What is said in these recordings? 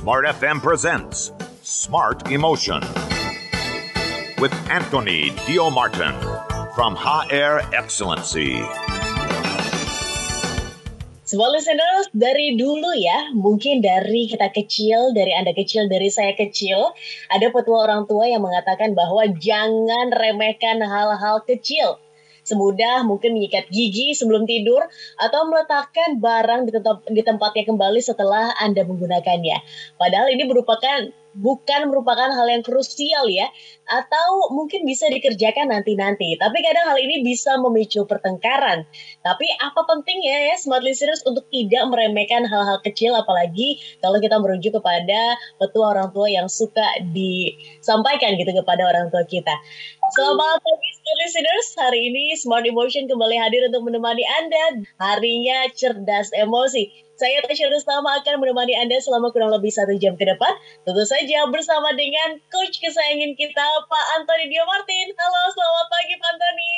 Smart FM presents Smart Emotion with Anthony Dio Martin from HR Excellency. Semua listeners, dari dulu ya, mungkin dari kita kecil, dari Anda kecil, dari saya kecil, ada petua orang tua yang mengatakan bahwa jangan remehkan hal-hal kecil. Semudah mungkin menyikat gigi sebelum tidur atau meletakkan barang di tempatnya kembali setelah Anda menggunakannya. Padahal ini bukan merupakan hal yang krusial ya, atau mungkin bisa dikerjakan nanti-nanti. Tapi kadang hal ini bisa memicu pertengkaran. Tapi apa pentingnya ya smart listeners untuk tidak meremehkan hal-hal kecil, apalagi kalau kita merujuk kepada petua orang tua yang suka disampaikan gitu kepada orang tua kita. Selamat pagi smart listeners, hari ini Smart Emotion kembali hadir untuk menemani Anda. Harinya cerdas emosi. Saya Tasya Rustama akan menemani Anda selama kurang lebih 1 jam ke depan. Tentu saja bersama dengan coach kesayangan kita, Pak Anthony Dio Martin. Halo, selamat pagi Pak Anthony.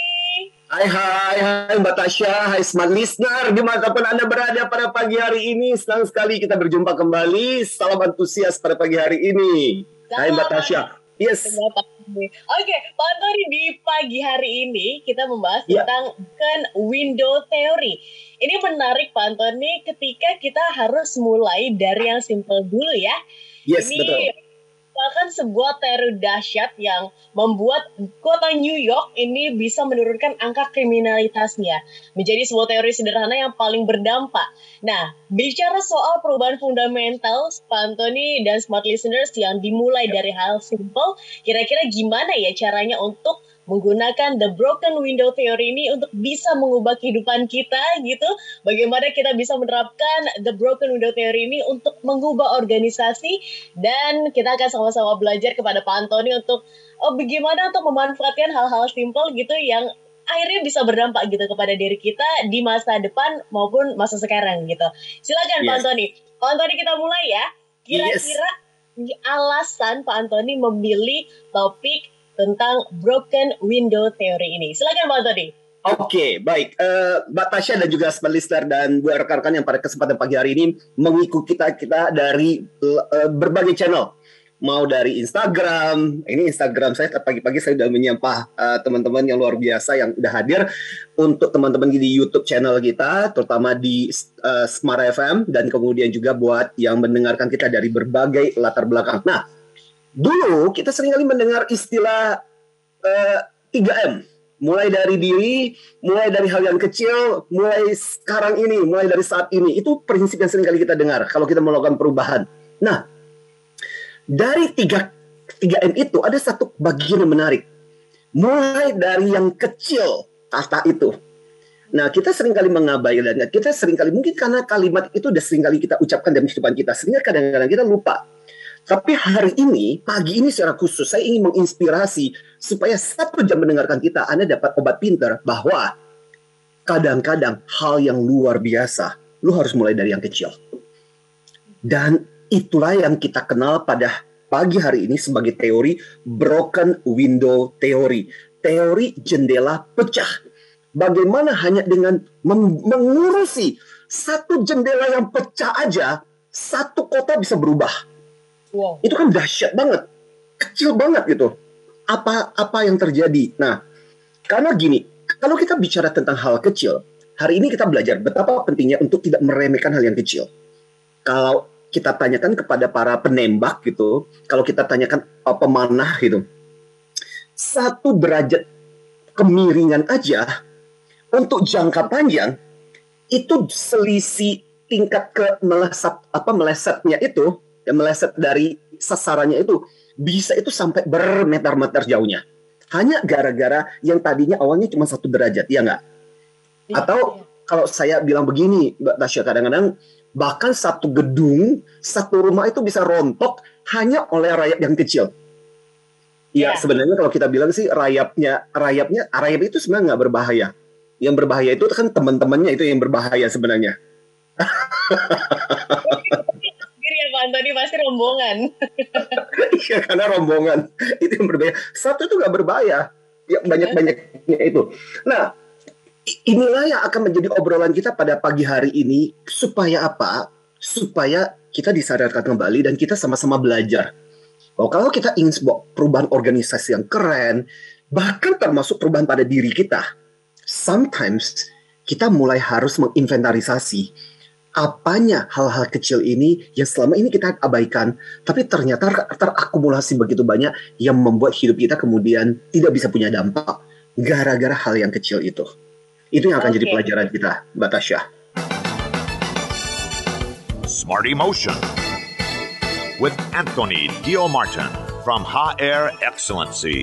Hai Mbak Tasya, hai Smart Listener, dimanapun Anda berada pada pagi hari ini. Senang sekali kita berjumpa kembali. Salam antusias pada pagi hari ini. Hai Mbak Tasya. Yes. Oke, Pak Anthony, di pagi hari ini kita membahas tentang window theory. Ini menarik Pak Anthony ketika kita harus mulai dari yang simple dulu ya. Yes, ini betul. Bahkan sebuah teori dahsyat yang membuat kota New York ini bisa menurunkan angka kriminalitasnya menjadi sebuah teori sederhana yang paling berdampak. Nah, bicara soal perubahan fundamental, Pak Anthony dan smart listeners, yang dimulai dari hal simple, kira-kira gimana ya caranya untuk menggunakan the broken window theory ini untuk bisa mengubah kehidupan kita gitu. Bagaimana kita bisa menerapkan the broken window theory ini untuk mengubah organisasi, dan kita akan sama-sama belajar kepada Pak Anthony untuk bagaimana untuk memanfaatkan hal-hal simple gitu yang akhirnya bisa berdampak gitu kepada diri kita di masa depan maupun masa sekarang gitu. Silakan Pak Anthony. Pak Anthony, kita mulai ya. Kira-kira alasan Pak Anthony memilih topik tentang broken window theory ini. Silakan Pak Anthony. Oke, baik. Mbak Tasya dan juga smart listener dan buat rekan-rekan yang pada kesempatan pagi hari ini mengikuti kita dari berbagai channel. Mau dari Instagram, ini Instagram saya pagi-pagi saya sudah menyapa teman-teman yang luar biasa yang udah hadir. Untuk teman-teman di YouTube channel kita, terutama di Smart FM, dan kemudian juga buat yang mendengarkan kita dari berbagai latar belakang. Nah, dulu kita seringkali mendengar istilah 3M. Mulai dari diri, mulai dari hal yang kecil, mulai sekarang ini, mulai dari saat ini. Itu prinsip yang seringkali kita dengar kalau kita melakukan perubahan. Nah, dari 3M itu ada satu bagian yang menarik. Mulai dari yang kecil, kata itu. Nah, kita seringkali mengabaikannya. Kita seringkali, mungkin karena kalimat itu udah seringkali kita ucapkan dalam kehidupan kita, sehingga kadang-kadang kita lupa. Tapi hari ini, pagi ini secara khusus, saya ingin menginspirasi supaya 1 jam mendengarkan kita, Anda dapat obat pintar bahwa kadang-kadang hal yang luar biasa, lu harus mulai dari yang kecil. Dan itulah yang kita kenal pada pagi hari ini sebagai teori broken window theory. Teori jendela pecah. Bagaimana hanya dengan mengurusi 1 jendela yang pecah aja, 1 kota bisa berubah. Wow. Itu kan dahsyat banget, kecil banget gitu. Apa yang terjadi? Nah, karena gini, kalau kita bicara tentang hal kecil, hari ini kita belajar betapa pentingnya untuk tidak meremehkan hal yang kecil. Kalau kita tanyakan kepada para penembak gitu, kalau kita tanyakan pemanah gitu, 1 derajat kemiringan aja untuk jangka panjang itu selisih tingkat melesetnya itu, yang meleset dari sasarannya itu bisa itu sampai bermeter-meter jauhnya. Hanya gara-gara yang tadinya awalnya cuma 1 derajat, ya nggak? Atau kalau saya bilang begini, Mbak Tasya, kadang-kadang bahkan 1 gedung, 1 rumah itu bisa rontok hanya oleh rayap yang kecil. Ya, sebenarnya kalau kita bilang sih rayap itu sebenarnya nggak berbahaya. Yang berbahaya itu kan teman-temannya itu yang berbahaya sebenarnya. Ya Pak Anthony, pasti rombongan. Iya, karena rombongan itu yang berbahaya. 1 itu nggak berbahaya, ya banyak-banyaknya itu. Nah, inilah yang akan menjadi obrolan kita pada pagi hari ini. Supaya apa? Supaya kita disadarkan kembali dan kita sama-sama belajar. Kalau kita ingin sebuah perubahan organisasi yang keren, bahkan termasuk perubahan pada diri kita, sometimes kita mulai harus menginventarisasi apanya hal-hal kecil ini yang selama ini kita abaikan, tapi ternyata terakumulasi begitu banyak yang membuat hidup kita kemudian tidak bisa punya dampak gara-gara hal yang kecil itu. Itu yang akan jadi pelajaran kita, Mbak Tasya. Smart Emotion with Anthony Dio Martin from HR Excellency.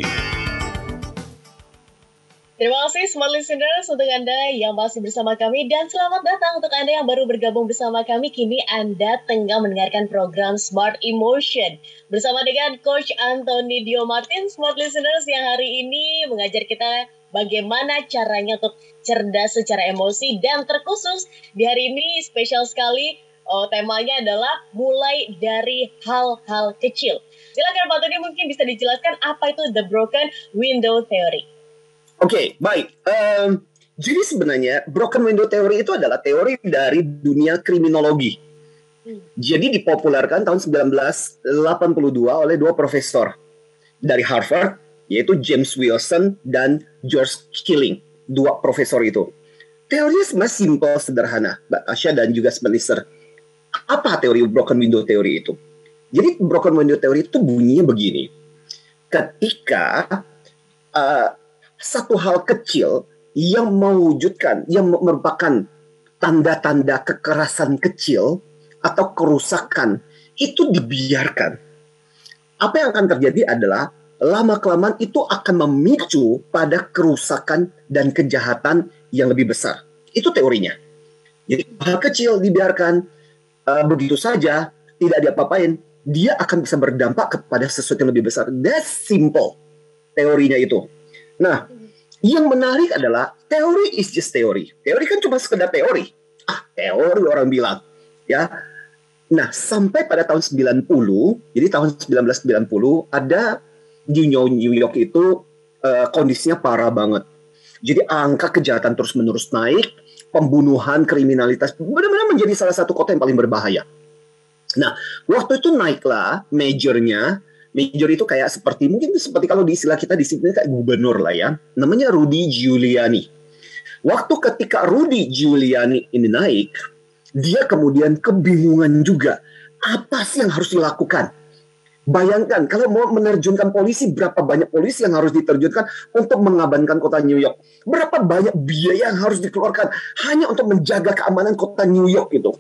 Terima kasih Smart Listeners untuk Anda yang masih bersama kami, dan selamat datang untuk Anda yang baru bergabung bersama kami. Kini Anda tengah mendengarkan program Smart Emotion bersama dengan Coach Anthony Dio Martin. Smart Listeners yang hari ini mengajar kita bagaimana caranya untuk cerdas secara emosi, dan terkhusus di hari ini spesial sekali. Temanya adalah mulai dari hal-hal kecil. Silakan Pak Tony, mungkin bisa dijelaskan apa itu The Broken Window Theory. Oke, baik. Jadi sebenarnya Broken Window Theory itu adalah teori dari dunia kriminologi. Jadi dipopulerkan tahun 1982 oleh dua profesor dari Harvard, yaitu James Wilson dan George Killing. Dua profesor itu. Teorinya sebenarnya simpel, sederhana, Mbak Tasya dan juga Spencer. Apa teori Broken Window Theory itu? Jadi Broken Window Theory itu bunyinya begini. Ketika satu hal kecil yang mewujudkan, yang merupakan tanda-tanda kekerasan kecil atau kerusakan, itu dibiarkan. Apa yang akan terjadi adalah lama-kelamaan itu akan memicu pada kerusakan dan kejahatan yang lebih besar. Itu teorinya. Jadi hal kecil dibiarkan begitu saja, tidak diapa-apain, dia akan bisa berdampak kepada sesuatu yang lebih besar. That's simple teorinya itu. Nah, yang menarik adalah teori is just teori. Teori kan cuma sekedar teori. Teori orang bilang, ya. Nah, sampai pada tahun 90, jadi tahun 1990 ada di New York itu kondisinya parah banget. Jadi angka kejahatan terus-menerus naik, pembunuhan, kriminalitas benar-benar menjadi salah satu kota yang paling berbahaya. Nah, waktu itu naiklah majornya. Major itu kayak seperti, mungkin seperti kalau di istilah kita di sini kayak gubernur lah ya. Namanya Rudy Giuliani. Waktu ketika Rudy Giuliani ini naik, dia kemudian kebingungan juga. Apa sih yang harus dilakukan? Bayangkan kalau mau menerjunkan polisi, berapa banyak polisi yang harus diterjunkan untuk mengamankan kota New York. Berapa banyak biaya yang harus dikeluarkan hanya untuk menjaga keamanan kota New York itu.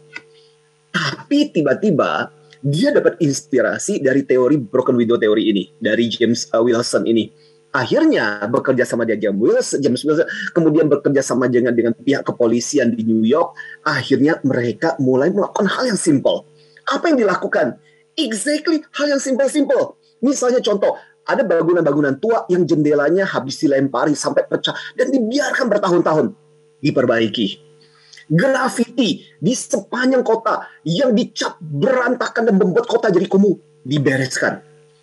Tapi tiba-tiba dia dapat inspirasi dari teori Broken Window Theory ini, dari James Wilson ini. Akhirnya bekerja sama dia James Wilson, kemudian bekerja sama dengan pihak kepolisian di New York. Akhirnya mereka mulai melakukan hal yang simple. Apa yang dilakukan? Exactly hal yang simple-simple. Misalnya contoh, ada bangunan-bangunan tua yang jendelanya habis dilempari sampai pecah dan dibiarkan bertahun-tahun. Diperbaiki. Graffiti di sepanjang kota yang dicap berantakan dan membuat kota jadi kumuh, dibereskan.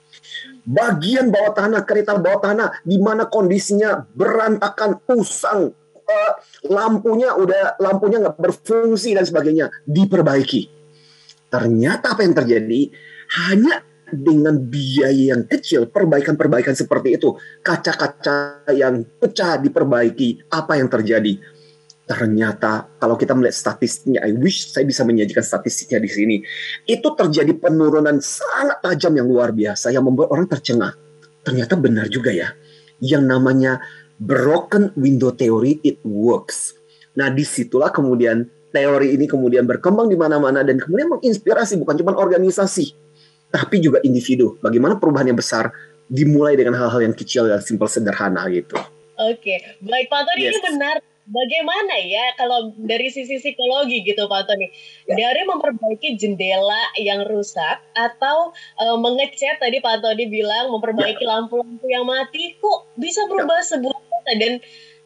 Bagian bawah tanah, kereta bawah tanah di mana kondisinya berantakan, usang, lampunya nggak berfungsi dan sebagainya, diperbaiki. Ternyata apa yang terjadi? Hanya dengan biaya yang kecil, perbaikan-perbaikan seperti itu, kaca-kaca yang pecah diperbaiki, apa yang terjadi? Ternyata kalau kita melihat statistiknya, I wish saya bisa menyajikan statistiknya di sini. Itu terjadi penurunan sangat tajam yang luar biasa yang membuat orang tercengang. Ternyata benar juga ya. Yang namanya Broken Window Theory, it works. Nah, disitulah kemudian teori ini kemudian berkembang di mana-mana dan kemudian menginspirasi bukan cuma organisasi, tapi juga individu. Bagaimana perubahan yang besar dimulai dengan hal-hal yang kecil dan simpel sederhana gitu. Oke, baik Pak Tony, ini benar. Bagaimana ya kalau dari sisi psikologi gitu Pak Tony, dari memperbaiki jendela yang rusak atau mengecat tadi Pak Tony bilang memperbaiki lampu-lampu yang mati, kok bisa berubah sebuah kota, dan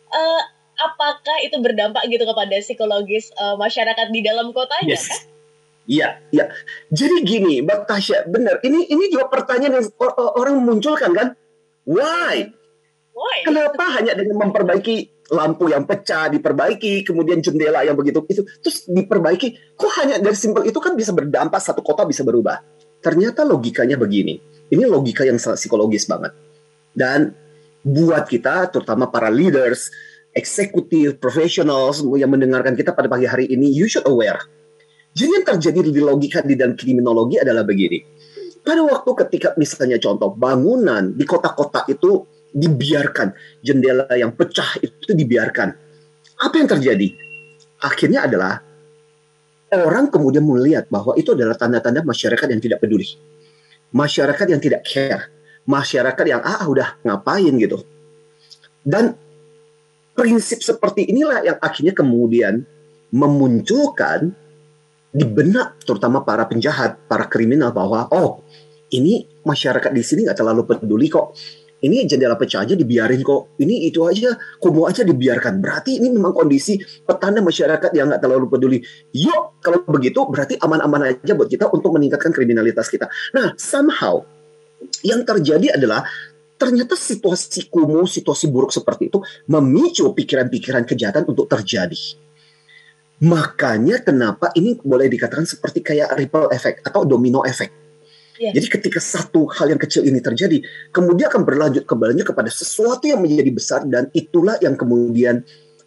apakah itu berdampak gitu kepada psikologis masyarakat di dalam kotanya? Kan? Iya. Jadi gini, Mbak Tasya, benar. Ini juga pertanyaan yang orang munculkan kan? Why? Kenapa hanya dengan memperbaiki lampu yang pecah diperbaiki, kemudian jendela yang begitu itu terus diperbaiki. Kok hanya dari simpel itu kan bisa berdampak satu kota bisa berubah. Ternyata logikanya begini. Ini logika yang psikologis banget. Dan buat kita, terutama para leaders, eksekutif, professionals yang mendengarkan kita pada pagi hari ini, you should aware. Jadi yang terjadi di logika di dalam kriminologi adalah begini. Pada waktu ketika misalnya contoh bangunan di kota-kota itu dibiarkan, jendela yang pecah itu dibiarkan. Apa yang terjadi? Akhirnya adalah orang kemudian melihat bahwa itu adalah tanda-tanda masyarakat yang tidak peduli. Masyarakat yang tidak care. Masyarakat yang udah ngapain gitu. Dan prinsip seperti inilah yang akhirnya kemudian memunculkan di benak terutama para penjahat, para kriminal bahwa ini masyarakat di sini nggak terlalu peduli kok. Ini jendela pecah aja dibiarin kok. Ini itu aja, kumuh aja dibiarkan. Berarti ini memang kondisi petanda masyarakat yang nggak terlalu peduli. Yuk, kalau begitu berarti aman-aman aja buat kita untuk meningkatkan kriminalitas kita. Nah, somehow yang terjadi adalah ternyata situasi kumuh, situasi buruk seperti itu memicu pikiran-pikiran kejahatan untuk terjadi. Makanya kenapa ini boleh dikatakan seperti kayak ripple effect atau domino effect. Yeah. Jadi ketika satu hal yang kecil ini terjadi, kemudian akan berlanjut kembalinya kepada sesuatu yang menjadi besar, dan itulah yang kemudian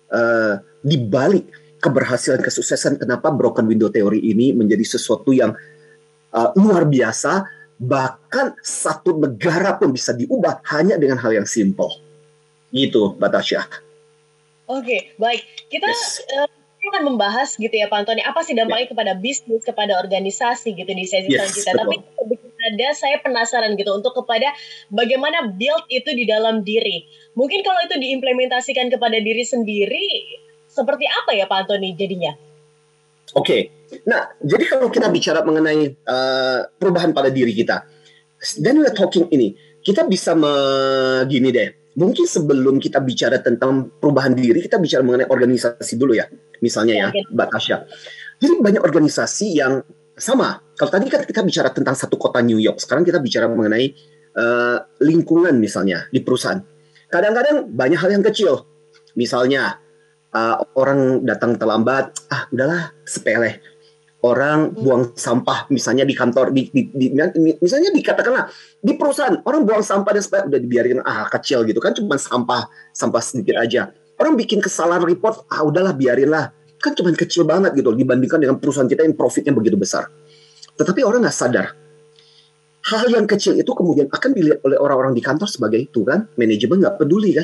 dibalik keberhasilan kesuksesan kenapa broken window theory ini menjadi sesuatu yang luar biasa. Bahkan satu negara pun bisa diubah hanya dengan hal yang simple. Gitu, Mbak Tasya. Oke, baik. Kita akan membahas gitu ya Pak Antoni, apa sih dampaknya kepada bisnis, kepada organisasi gitu di sesi selanjutnya. Tapi saya penasaran gitu untuk kepada bagaimana build itu di dalam diri. Mungkin kalau itu diimplementasikan kepada diri sendiri, seperti apa ya Pak Antoni jadinya? Oke. Nah, jadi kalau kita bicara mengenai perubahan pada diri kita, dan we're talking ini, kita bisa gini deh. Mungkin sebelum kita bicara tentang perubahan diri, kita bicara mengenai organisasi dulu ya. Misalnya ya, Mbak Tasya. Jadi banyak organisasi yang sama. Kalau tadi kan kita bicara tentang satu kota New York, sekarang kita bicara mengenai lingkungan misalnya di perusahaan. Kadang-kadang banyak hal yang kecil. Misalnya orang datang terlambat, udahlah sepele. Orang buang sampah misalnya di kantor, misalnya dikatakanlah di perusahaan orang buang sampah dan supaya udah dibiarin kecil gitu kan, cuma sampah sedikit aja. Orang bikin kesalahan report, udahlah biarinlah, kan cuma kecil banget gitu dibandingkan dengan perusahaan kita yang profitnya begitu besar. Tetapi orang nggak sadar hal yang kecil itu kemudian akan dilihat oleh orang-orang di kantor sebagai itu kan, manajemen nggak peduli kan,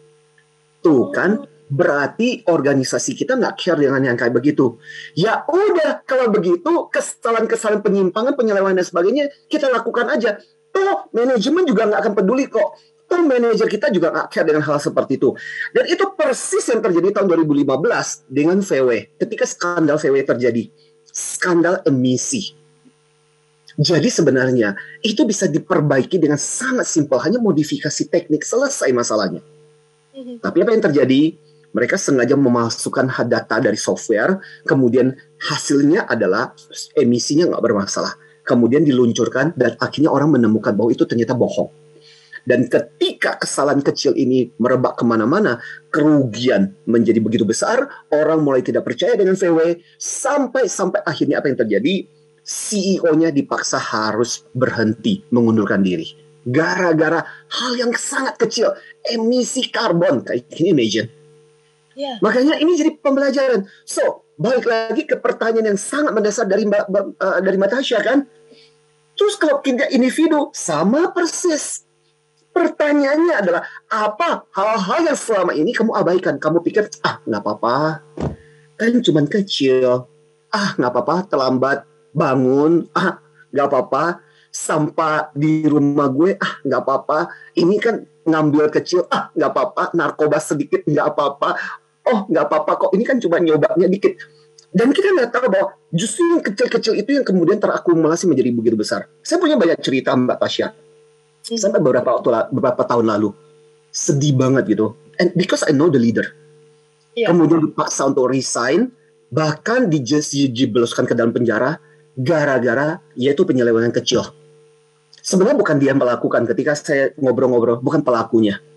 tuh kan. Berarti organisasi kita nggak care dengan yang kayak begitu. Ya udah, kalau begitu kesalahan-kesalahan penyimpangan, penyelewengan dan sebagainya kita lakukan aja. Toh manajemen juga nggak akan peduli kok. Toh manajer kita juga nggak care dengan hal seperti itu. Dan itu persis yang terjadi tahun 2015 dengan VW. Ketika skandal VW terjadi, skandal emisi. Jadi sebenarnya itu bisa diperbaiki dengan sangat simpel, hanya modifikasi teknik, selesai masalahnya. Tapi apa yang terjadi? Mereka sengaja memasukkan data dari software, kemudian hasilnya adalah emisinya nggak bermasalah. Kemudian diluncurkan dan akhirnya orang menemukan bahwa itu ternyata bohong. Dan ketika kesalahan kecil ini merebak kemana-mana, kerugian menjadi begitu besar, orang mulai tidak percaya dengan VW, sampai akhirnya apa yang terjadi? CEO-nya dipaksa harus berhenti, mengundurkan diri. Gara-gara hal yang sangat kecil, emisi karbon, kayak gini imagine. Yeah. Makanya ini jadi pembelajaran. So, balik lagi ke pertanyaan yang sangat mendasar dari Mbak Tasya kan. Terus kalau kita individu, sama persis. Pertanyaannya adalah, apa hal-hal yang selama ini kamu abaikan? Kamu pikir, nggak apa-apa, kan cuma kecil. Nggak apa-apa, terlambat bangun. Nggak apa-apa, sampah di rumah gue. Nggak apa-apa, ini kan ngambil kecil. Nggak apa-apa, narkoba sedikit. Nggak apa-apa. Nggak apa-apa kok, ini kan cuma nyobanya dikit. Dan kita nggak tahu bahwa justru yang kecil-kecil itu yang kemudian terakumulasi menjadi begitu besar. Saya punya banyak cerita Mbak Tasya. Sampai beberapa tahun lalu. Sedih banget gitu. And because I know the leader. Yeah. Kemudian dipaksa untuk resign. Bahkan dijebloskan ke dalam penjara. Gara-gara yaitu penyelewengan kecil. Sebenarnya bukan dia yang melakukan. Ketika saya ngobrol-ngobrol, bukan pelakunya.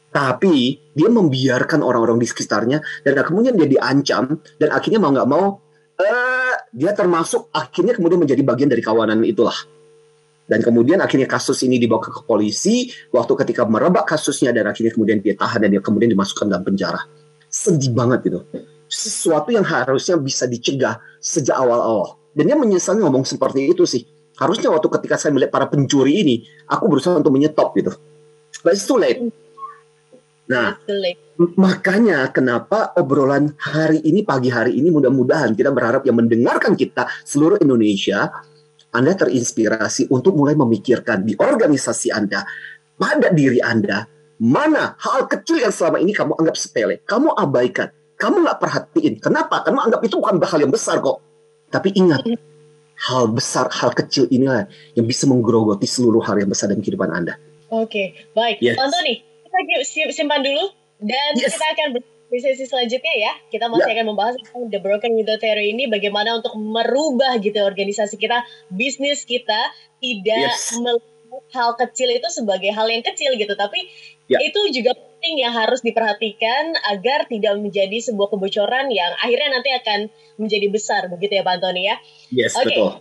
Tapi dia membiarkan orang-orang di sekitarnya dan kemudian dia diancam dan akhirnya mau nggak mau dia termasuk akhirnya kemudian menjadi bagian dari kawanan itulah. Dan kemudian akhirnya kasus ini dibawa ke polisi waktu ketika merebak kasusnya dan akhirnya kemudian dia tahan dan dia kemudian dimasukkan dalam penjara. Sedih banget gitu. Sesuatu yang harusnya bisa dicegah sejak awal-awal. Dan dia menyesal ngomong seperti itu sih. Harusnya waktu ketika saya melihat para pencuri ini, aku berusaha untuk menyetop gitu. But it's too late. Nah, makanya kenapa obrolan hari ini, pagi hari ini, mudah-mudahan kita berharap yang mendengarkan kita seluruh Indonesia, Anda terinspirasi untuk mulai memikirkan di organisasi Anda, pada diri Anda, mana hal kecil yang selama ini kamu anggap sepele, kamu abaikan, kamu nggak perhatiin. Kenapa? Karena anggap itu bukan hal yang besar kok. Tapi ingat, hal besar, hal kecil inilah yang bisa menggerogoti seluruh hal yang besar dalam kehidupan Anda. Oke, baik. Yes. Pak Antoni, kita simpan dulu dan kita akan di sesi selanjutnya ya. Kita masih akan membahas tentang The Broken Window Theory ini, bagaimana untuk merubah gitu organisasi kita, bisnis kita, tidak melihat hal kecil itu sebagai hal yang kecil gitu, tapi itu juga penting yang harus diperhatikan agar tidak menjadi sebuah kebocoran yang akhirnya nanti akan menjadi besar, begitu ya Pak Antoni ya? Yes, betul.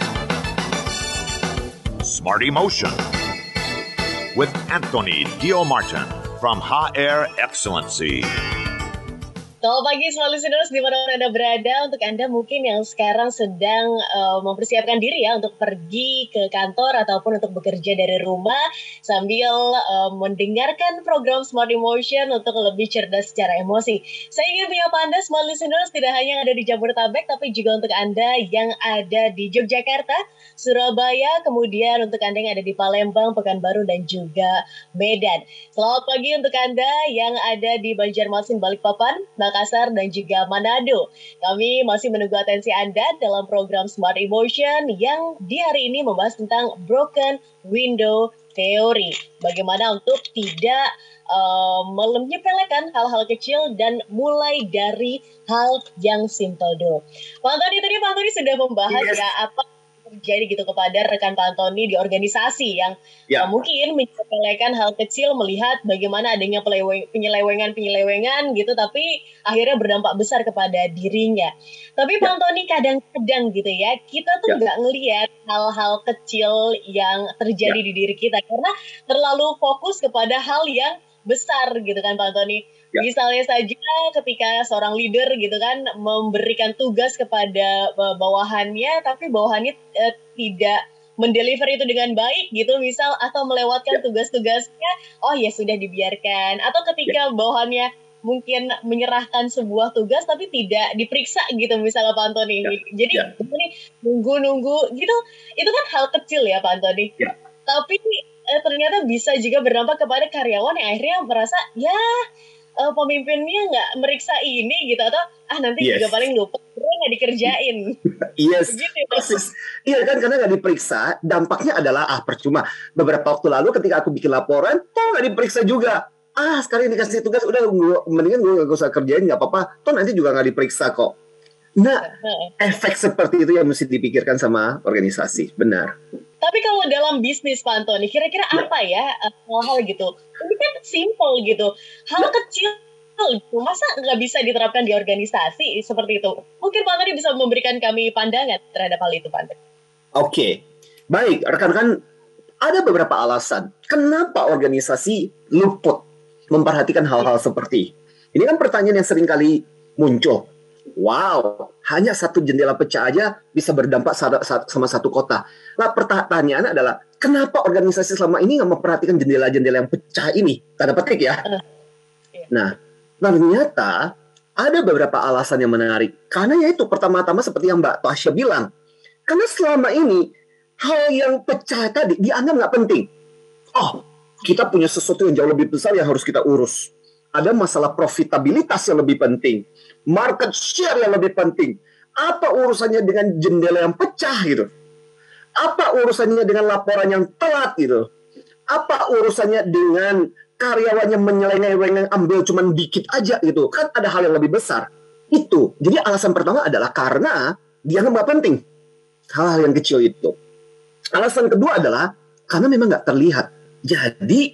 Smart Emotion with Anthony Dio Martin from HR Excellency. Selamat pagi selalu listeners dimanapun Anda berada. Untuk Anda mungkin yang sekarang sedang mempersiapkan diri ya untuk pergi ke kantor ataupun untuk bekerja dari rumah sambil mendengarkan program Smart Emotion untuk lebih cerdas secara emosi. Saya ingin menyapa Anda smart listeners tidak hanya ada di Jabodetabek tapi juga untuk Anda yang ada di Yogyakarta, Surabaya, kemudian untuk Anda yang ada di Palembang, Pekanbaru dan juga Medan. Selamat pagi untuk Anda yang ada di Banjarmasin, Balikpapan, Makassar dan juga Manado. Kami masih menunggu atensi Anda dalam program Smart Emotion yang di hari ini membahas tentang Broken Window Theory. Bagaimana untuk tidak menyepelekan hal-hal kecil dan mulai dari hal yang simple dulu. Pak Antoni, tadi Pak Antoni sudah membahas ya apa terjadi gitu kepada rekan Pak Antoni di organisasi yang mungkin menyepelekan hal kecil, melihat bagaimana adanya penyelewengan gitu, tapi akhirnya berdampak besar kepada dirinya. Tapi Pak Antoni kadang-kadang gitu ya, kita tuh nggak ngelihat hal-hal kecil yang terjadi di diri kita karena terlalu fokus kepada hal yang besar gitu kan Pak Antoni. Misalnya saja ketika seorang leader gitu kan memberikan tugas kepada bawahannya, tapi bawahannya tidak mendeliver itu dengan baik gitu misal, atau melewatkan tugas-tugasnya, oh ya sudah dibiarkan. Atau ketika bawahannya mungkin menyerahkan sebuah tugas tapi tidak diperiksa gitu misalnya Pak Antoni. Jadi ini nunggu-nunggu gitu, itu kan hal kecil ya Pak Antoni. Tapi ternyata bisa juga berdampak kepada karyawan yang akhirnya merasa pemimpinnya nggak meriksa ini gitu, atau nanti juga paling lupa, nggak dikerjain. Persis. Iya kan, karena nggak diperiksa, dampaknya adalah percuma. Beberapa waktu lalu ketika aku bikin laporan, nggak diperiksa juga. Sekarang dikasih tugas, udah mendingan gue nggak usah kerjain, nggak apa-apa. Nanti juga nggak diperiksa kok. Nah, efek seperti itu yang mesti dipikirkan sama organisasi, benar. Tapi kalau dalam bisnis Pak Antoni, kira-kira apa ya hal-hal gitu? Ini kan simple gitu, hal kecil gitu. Masa nggak bisa diterapkan di organisasi seperti itu? Mungkin Pak Antoni bisa memberikan kami pandangan terhadap hal itu, Pak Antoni. Oke, baik rekan-rekan, ada beberapa alasan kenapa organisasi luput memperhatikan hal-hal seperti ini. Kan pertanyaan yang sering kali muncul. Wow, hanya satu jendela pecah aja bisa berdampak sama satu kota. Nah, pertanyaan adalah kenapa organisasi selama ini nggak memperhatikan jendela-jendela yang pecah ini? Tanda petik ya. Nah, ternyata ada beberapa alasan yang menarik. Karena yaitu pertama-tama seperti yang Mbak Tasya bilang. Karena selama ini hal yang pecah tadi dianggap nggak penting. Kita punya sesuatu yang jauh lebih besar yang harus kita urus. Ada masalah profitabilitas yang lebih penting, market share yang lebih penting. Apa urusannya dengan jendela yang pecah gitu? Apa urusannya dengan laporan yang telat gitu? Apa urusannya dengan karyawannya menyeleweng ambil cuman dikit aja gitu? Kan ada hal yang lebih besar. Itu. Jadi alasan pertama adalah karena dia nggak penting hal-hal yang kecil itu. Alasan kedua adalah karena memang nggak terlihat. Jadi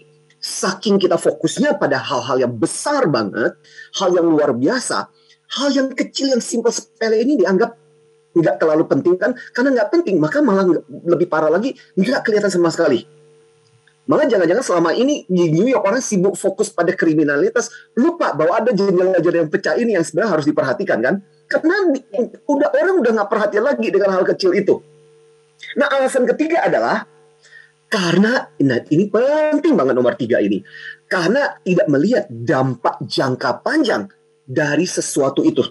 saking kita fokusnya pada hal-hal yang besar banget, hal yang luar biasa, hal yang kecil, yang simpel sepele ini dianggap nggak terlalu penting kan? Karena nggak penting, maka malah lebih parah lagi, nggak kelihatan sama sekali. Malah jangan-jangan selama ini di New York orang sibuk fokus pada kriminalitas, lupa bahwa ada jendela-jendela yang pecah ini yang sebenarnya harus diperhatikan kan? Karena orang udah nggak perhatian lagi dengan hal kecil itu. Nah, alasan ketiga adalah karena, ini penting banget nomor 3 ini, karena tidak melihat dampak jangka panjang dari sesuatu itu.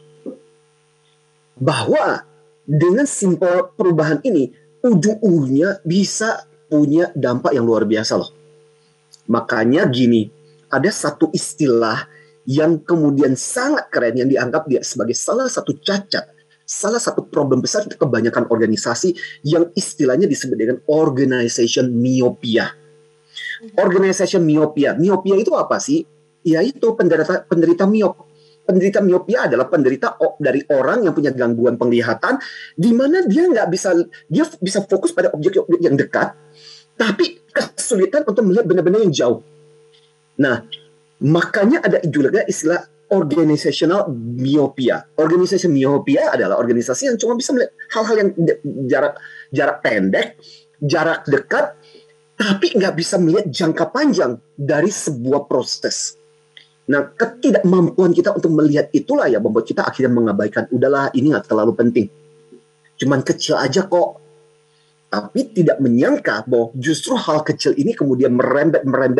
Bahwa dengan simpel perubahan ini, ujung-ujungnya bisa punya dampak yang luar biasa loh. Makanya gini, ada satu istilah yang kemudian sangat keren yang dianggap dia sebagai salah satu cacat, salah satu problem besar untuk kebanyakan organisasi yang istilahnya disebut dengan organization myopia. Organization myopia. Myopia itu apa sih? Yaitu penderita miop. Penderita myopia adalah penderita dari orang yang punya gangguan penglihatan, di mana dia bisa fokus pada objek-objek yang dekat, tapi kesulitan untuk melihat benar-benar yang jauh. Nah, makanya ada juga istilah organizational myopia. Organization myopia adalah organisasi yang cuma bisa melihat hal-hal yang jarak pendek, jarak dekat, tapi nggak bisa melihat jangka panjang dari sebuah proses. Nah, ketidakmampuan kita untuk melihat itulah yang membuat kita akhirnya mengabaikan, udahlah ini nggak terlalu penting. Cuman kecil aja kok. Tapi tidak menyangka bahwa justru hal kecil ini kemudian merembet,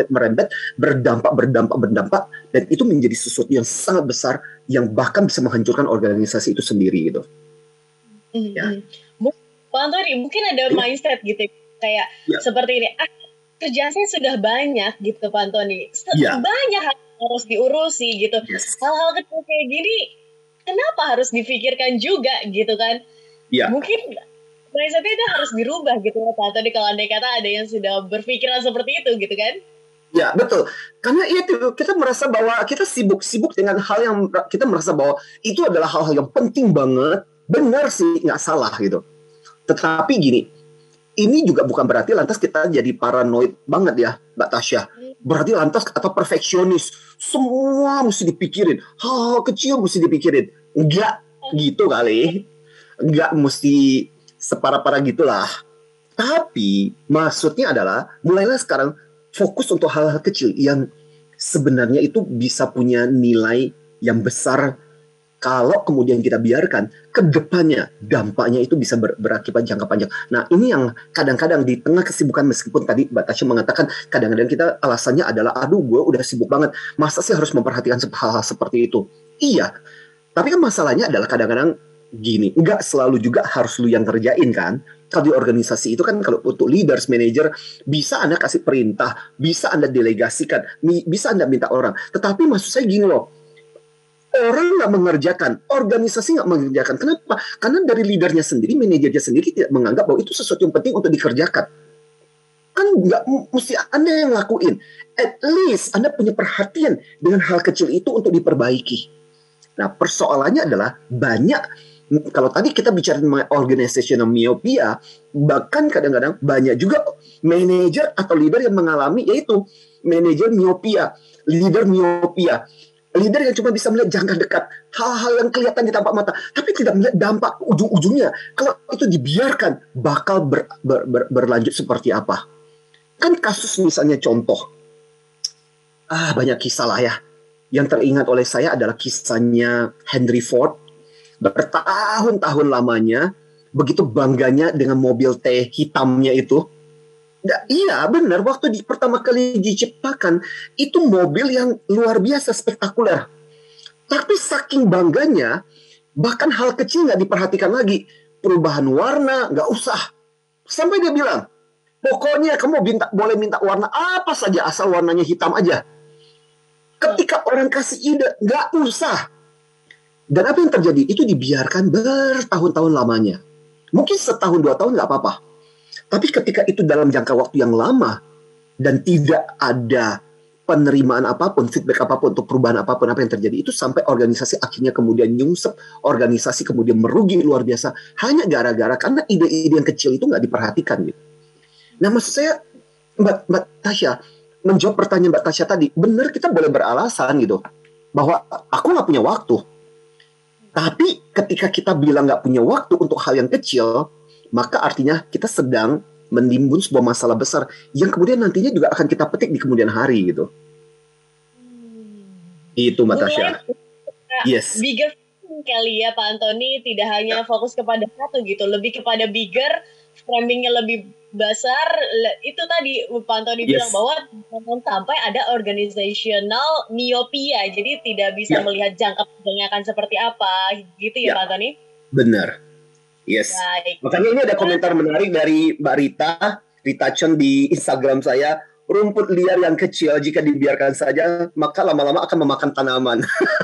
berdampak, dan itu menjadi sesuatu yang sangat besar, yang bahkan bisa menghancurkan organisasi itu sendiri gitu. Ya. Pak Antoni, mungkin ada mindset gitu, kayak seperti ini, kerjaan saya sudah banyak gitu Pak Antoni, banyak hal harus diurusi gitu, hal-hal kecil kayak gini, kenapa harus difikirkan juga gitu kan? Mungkin mindsetnya itu harus dirubah gitu Pak Antoni, kalau andai kata ada yang sudah berpikiran seperti itu gitu kan? Ya betul, karena itu kita merasa bahwa kita sibuk dengan hal yang kita merasa bahwa itu adalah hal-hal yang penting banget, benar sih, nggak salah gitu. Tetapi gini, ini juga bukan berarti lantas kita jadi paranoid banget ya Mbak Tasya. Berarti lantas atau perfeksionis, semua mesti dipikirin, hal kecil mesti dipikirin. Enggak gitu kali, enggak mesti separah-parah gitulah. Tapi maksudnya adalah mulailah sekarang fokus untuk hal-hal kecil yang sebenarnya itu bisa punya nilai yang besar. Kalau kemudian kita biarkan, ke depannya dampaknya itu bisa berakibat jangka panjang. Nah, ini yang kadang-kadang di tengah kesibukan, meskipun tadi Mbak Tasya mengatakan kadang-kadang kita alasannya adalah, aduh gue udah sibuk banget, masa sih harus memperhatikan hal-hal seperti itu? Iya, tapi kan masalahnya adalah kadang-kadang gini, nggak selalu juga harus lu yang kerjain kan. Kalau di organisasi itu kan, kalau untuk leaders, manager, bisa Anda kasih perintah, bisa Anda delegasikan, bisa Anda minta orang. Tetapi maksud saya gini loh, orang nggak mengerjakan, organisasi nggak mengerjakan. Kenapa? Karena dari leadernya sendiri, manajernya sendiri tidak menganggap bahwa itu sesuatu yang penting untuk dikerjakan. Kan nggak mesti Anda yang lakuin. At least Anda punya perhatian dengan hal kecil itu untuk diperbaiki. Nah, persoalannya adalah banyak. Kalau tadi kita bicara mengenai organizational myopia, bahkan kadang-kadang banyak juga manajer atau leader yang mengalami, yaitu manajer myopia, leader myopia. Leader yang cuma bisa melihat jangka dekat, hal-hal yang kelihatan di tampak mata, tapi tidak melihat dampak ujung-ujungnya. Kalau itu dibiarkan, bakal berlanjut seperti apa? Kan kasus misalnya contoh, banyak kisah lah ya. Yang teringat oleh saya adalah kisahnya Henry Ford. Bertahun-tahun lamanya, begitu bangganya dengan mobil teh hitamnya itu. Iya benar, waktu pertama kali diciptakan itu mobil yang luar biasa spektakuler. Tapi saking bangganya, bahkan hal kecil nggak diperhatikan lagi. Perubahan warna nggak usah. Sampai dia bilang, pokoknya kamu boleh minta warna apa saja asal warnanya hitam aja. Ketika orang kasih ide, nggak usah. Dan apa yang terjadi? Itu dibiarkan bertahun-tahun lamanya. Mungkin setahun 2 tahun nggak apa-apa. Tapi ketika itu dalam jangka waktu yang lama dan tidak ada penerimaan apapun, feedback apapun untuk perubahan apapun, apa yang terjadi, itu sampai organisasi akhirnya kemudian nyungsep, organisasi kemudian merugi luar biasa hanya gara-gara karena ide-ide yang kecil itu nggak diperhatikan gitu. Nah, maksud saya Mbak Tasya, menjawab pertanyaan Mbak Tasya tadi, benar kita boleh beralasan gitu bahwa aku nggak punya waktu. Tapi ketika kita bilang nggak punya waktu untuk hal yang kecil, maka artinya kita sedang menimbun sebuah masalah besar yang kemudian nantinya juga akan kita petik di kemudian hari gitu. Itu Mbak Tasya. Yes. Bigger kali ya Pak Antoni, tidak hanya fokus kepada satu gitu, lebih kepada bigger, framingnya lebih besar. Itu tadi Pak Antoni bilang bahwa jangan sampai ada organizational myopia, jadi tidak bisa melihat jangka panjangnya akan seperti apa gitu ya Pak Antoni. Benar. Yes. Baik. Makanya ini ada komentar menarik dari Mbak Rita Chen di Instagram saya. Rumput liar yang kecil jika dibiarkan saja, maka lama-lama akan memakan tanaman.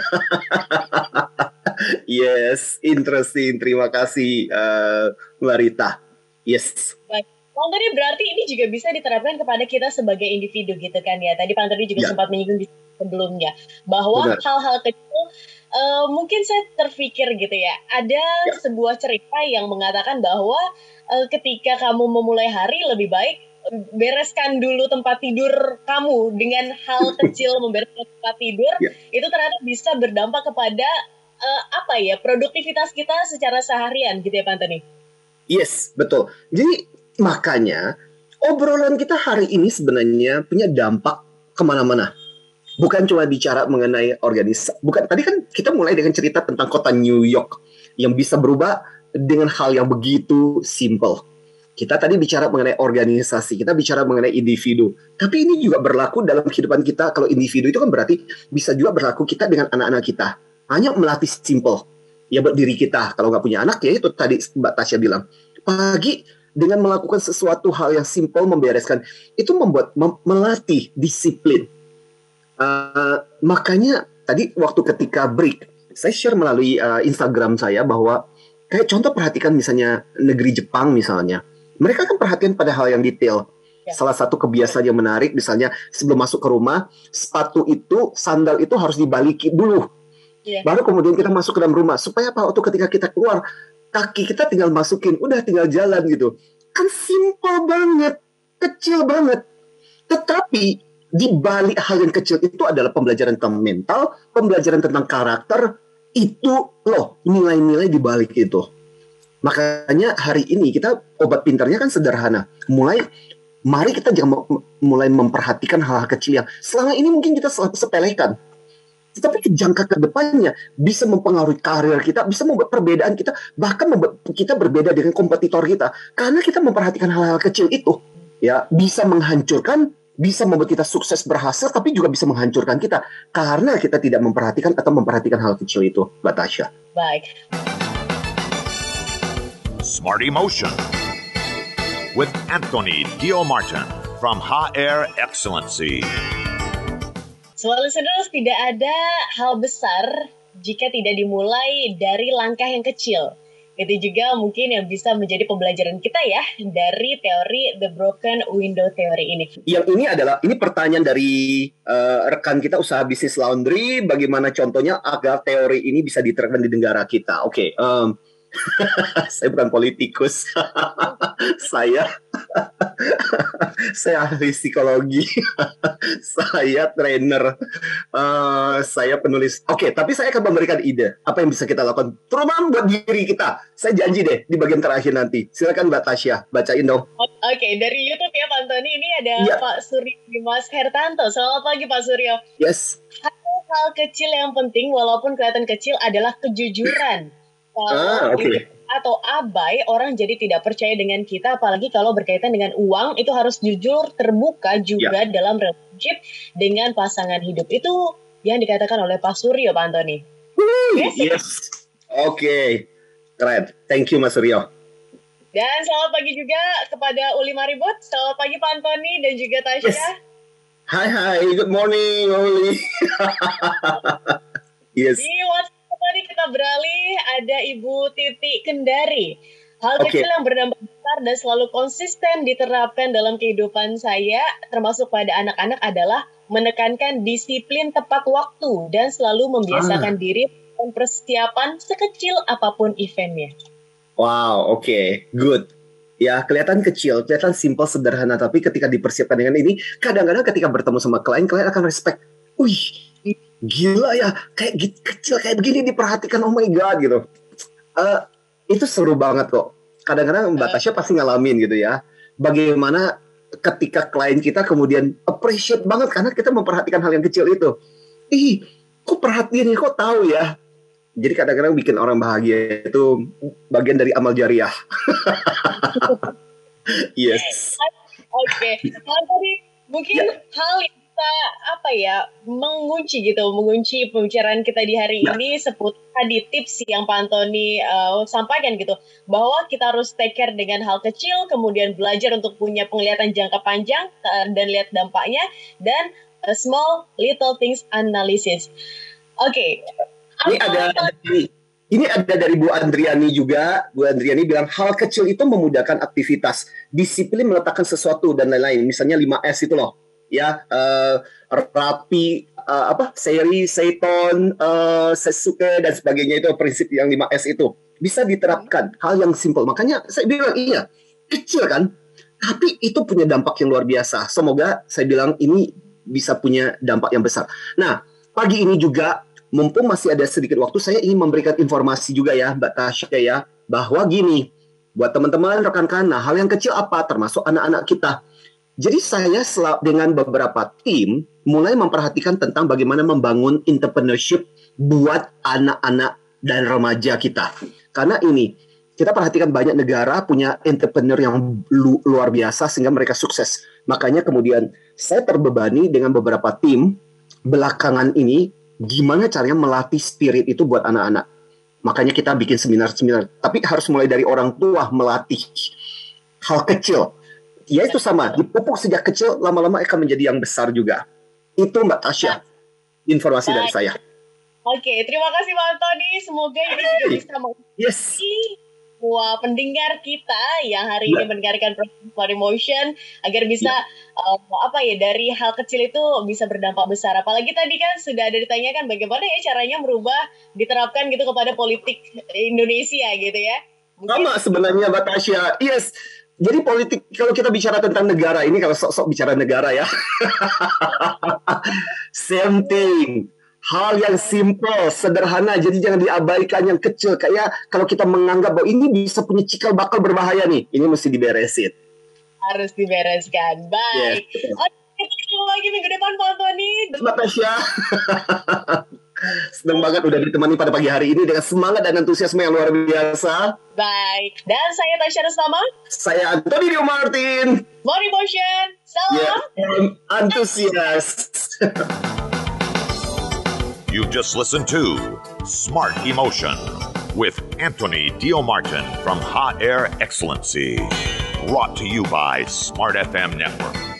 Yes, interesting. Terima kasih, Mbak Rita. Yes. Baik. Pak Antoni, berarti ini juga bisa diterapkan kepada kita sebagai individu gitu kan ya. Tadi Pak Antoni juga sempat menyinggung di sebelumnya bahwa hal-hal kecil mungkin saya terpikir gitu ya, ada sebuah cerita yang mengatakan bahwa ketika kamu memulai hari lebih baik bereskan dulu tempat tidur kamu dengan hal kecil. Membereskan tempat tidur itu ternyata bisa berdampak kepada produktivitas kita secara seharian gitu ya Pak Antoni. Yes, betul. Jadi makanya obrolan kita hari ini sebenarnya punya dampak kemana-mana. Bukan cuma bicara mengenai organisasi. Bukan, tadi kan kita mulai dengan cerita tentang kota New York yang bisa berubah dengan hal yang begitu simple. Kita tadi bicara mengenai organisasi, kita bicara mengenai individu. Tapi ini juga berlaku dalam kehidupan kita. Kalau individu itu kan berarti bisa juga berlaku kita dengan anak-anak kita. Hanya melatih simple. Ya buat diri kita. Kalau nggak punya anak, ya itu tadi Mbak Tasya bilang. Pagi dengan melakukan sesuatu hal yang simple, membereskan. Itu melatih disiplin. Makanya tadi waktu ketika break, saya share melalui Instagram saya bahwa kayak contoh perhatikan misalnya negeri Jepang misalnya. Mereka kan perhatian pada hal yang detail. Salah satu kebiasaan yang menarik, misalnya sebelum masuk ke rumah, sepatu itu, sandal itu harus dibalikin dulu. Baru kemudian kita masuk ke dalam rumah. Supaya apa? Waktu ketika kita keluar, kaki kita tinggal masukin, udah tinggal jalan gitu. Kan simple banget, kecil banget. Tetapi di balik hal yang kecil itu adalah pembelajaran tentang mental, pembelajaran tentang karakter. Itu loh, nilai-nilai di balik itu. Makanya hari ini kita obat pintarnya kan sederhana. Mari kita jangan mulai memperhatikan hal-hal kecil yang selama ini mungkin kita sepelekan. Tetapi jangka ke depannya bisa mempengaruhi karir kita, bisa membuat perbedaan kita, bahkan membuat kita berbeda dengan kompetitor kita. Karena kita memperhatikan hal-hal kecil itu, ya bisa menghancurkan, bisa membuat kita sukses berhasil, tapi juga bisa menghancurkan kita karena kita tidak memperhatikan atau memperhatikan hal kecil itu, Mbak Tasya. Baik. Smart Emotion with Anthony Dio Martin from HR Excellency. Smart listeners, tidak ada hal besar jika tidak dimulai dari langkah yang kecil. Itu juga mungkin yang bisa menjadi pembelajaran kita ya dari teori The Broken Window Theory ini. Yang ini pertanyaan dari rekan kita usaha bisnis laundry. Bagaimana contohnya agar teori ini bisa diterapkan di negara kita? Oke. Saya bukan politikus. saya ahli psikologi. Saya trainer. Saya penulis. Oke, tapi saya akan memberikan ide apa yang bisa kita lakukan terutama buat diri kita. Saya janji deh di bagian terakhir nanti. Silakan Mbak Tasya, bacain dong. Oke, dari YouTube ya Pak Antoni. Ini ada Pak Suryo Dimas Hertanto. Selamat pagi Pak Suryo. Yes. Hal kecil yang penting walaupun kelihatan kecil adalah kejujuran. Atau abai, orang jadi tidak percaya dengan kita, apalagi kalau berkaitan dengan uang. Itu harus jujur, terbuka juga dalam relationship dengan pasangan hidup. Itu yang dikatakan oleh Pak Suryo, Pak Antoni. Yes. Oke. Keren. Thank you, Mas Suryo. Dan selamat pagi juga kepada Uli Maribut. Selamat pagi Pak Antoni dan juga Tasya. Yes. Hai. Good morning, Uli. Yes. Di WhatsApp tadi kita beralih, ada Ibu Titi Kendari. Hal kecil yang berdampak besar dan selalu konsisten diterapkan dalam kehidupan saya, termasuk pada anak-anak, adalah menekankan disiplin tepat waktu dan selalu membiasakan diri dan persiapan sekecil apapun eventnya. Wow, good. Ya, kelihatan kecil, kelihatan simple, sederhana, tapi ketika dipersiapkan dengan ini, kadang-kadang ketika bertemu sama klien akan respect. Wih, gila ya, kayak kecil kayak begini diperhatikan, oh my god gitu. Itu seru banget kok. Kadang-kadang Mbak Tasya pasti ngalamin gitu ya. Bagaimana ketika klien kita kemudian appreciate banget karena kita memperhatikan hal yang kecil itu. Ih, kok perhatian ya, kok tahu ya. Jadi kadang-kadang bikin orang bahagia itu bagian dari amal jariah. Yes. Oke. Nah, tadi mungkin hal yang bisa mengunci pembicaraan kita di hari ini seputar tadi tips yang Pak Antoni sampaikan gitu, bahwa kita harus take care dengan hal kecil, kemudian belajar untuk punya penglihatan jangka panjang dan lihat dampaknya, dan small little things analysis. Oke. Ini ada dari Bu Andriani juga. Bu Andriani bilang hal kecil itu memudahkan aktivitas, disiplin meletakkan sesuatu dan lain-lain. Misalnya 5S itu loh, ya rapi, seri, seiton, sesuke dan sebagainya, itu prinsip yang 5S itu bisa diterapkan. Hal yang simple. Makanya saya bilang iya, kecil kan, tapi itu punya dampak yang luar biasa. Semoga saya bilang ini bisa punya dampak yang besar. Nah, pagi ini juga, mumpung masih ada sedikit waktu, saya ingin memberikan informasi juga ya, Mbak Tasya ya, bahwa gini, buat teman-teman, rekan-rekan, hal yang kecil apa, termasuk anak-anak kita. Jadi saya dengan beberapa tim mulai memperhatikan tentang bagaimana membangun entrepreneurship buat anak-anak dan remaja kita. Karena ini, kita perhatikan banyak negara punya entrepreneur yang luar biasa sehingga mereka sukses. Makanya kemudian saya terbebani dengan beberapa tim belakangan ini, gimana caranya melatih spirit itu buat anak-anak. Makanya kita bikin seminar-seminar. Tapi harus mulai dari orang tua melatih hal kecil. Ya itu sama, dipupuk sejak kecil, lama-lama akan menjadi yang besar juga. Itu Mbak Tasya, informasi dari saya. Oke, terima kasih Pak Antoni. Semoga ini juga bisa mengisi semua pendengar kita yang hari ini mendengarkan Smart Emotion, agar bisa dari hal kecil itu bisa berdampak besar. Apalagi tadi kan sudah ada ditanyakan bagaimana ya caranya merubah, diterapkan gitu kepada politik Indonesia gitu ya. Sama sebenarnya Mbak Tasya. Yes. Jadi politik, kalau kita bicara tentang negara ini, kalau sok-sok bicara negara ya, same thing. Hal yang simple, sederhana, jadi jangan diabaikan yang kecil. Kayak kalau kita menganggap bahwa ini bisa punya cikal bakal berbahaya nih, ini mesti diberesin. Harus dibereskan. Baik. Yes. Oke, ketemu lagi minggu depan Pak Antoni. Mbak Tasya. Senang banget udah ditemani pada pagi hari ini dengan semangat dan antusiasme yang luar biasa. Baik. Dan saya Tasya Rustama. Saya Antoni Dio Martin. Smart Emotion. Salam. Antusias. You just listened to Smart Emotion with Anthony Dio Martin from Hot Air Excellency. Brought to you by Smart FM Network.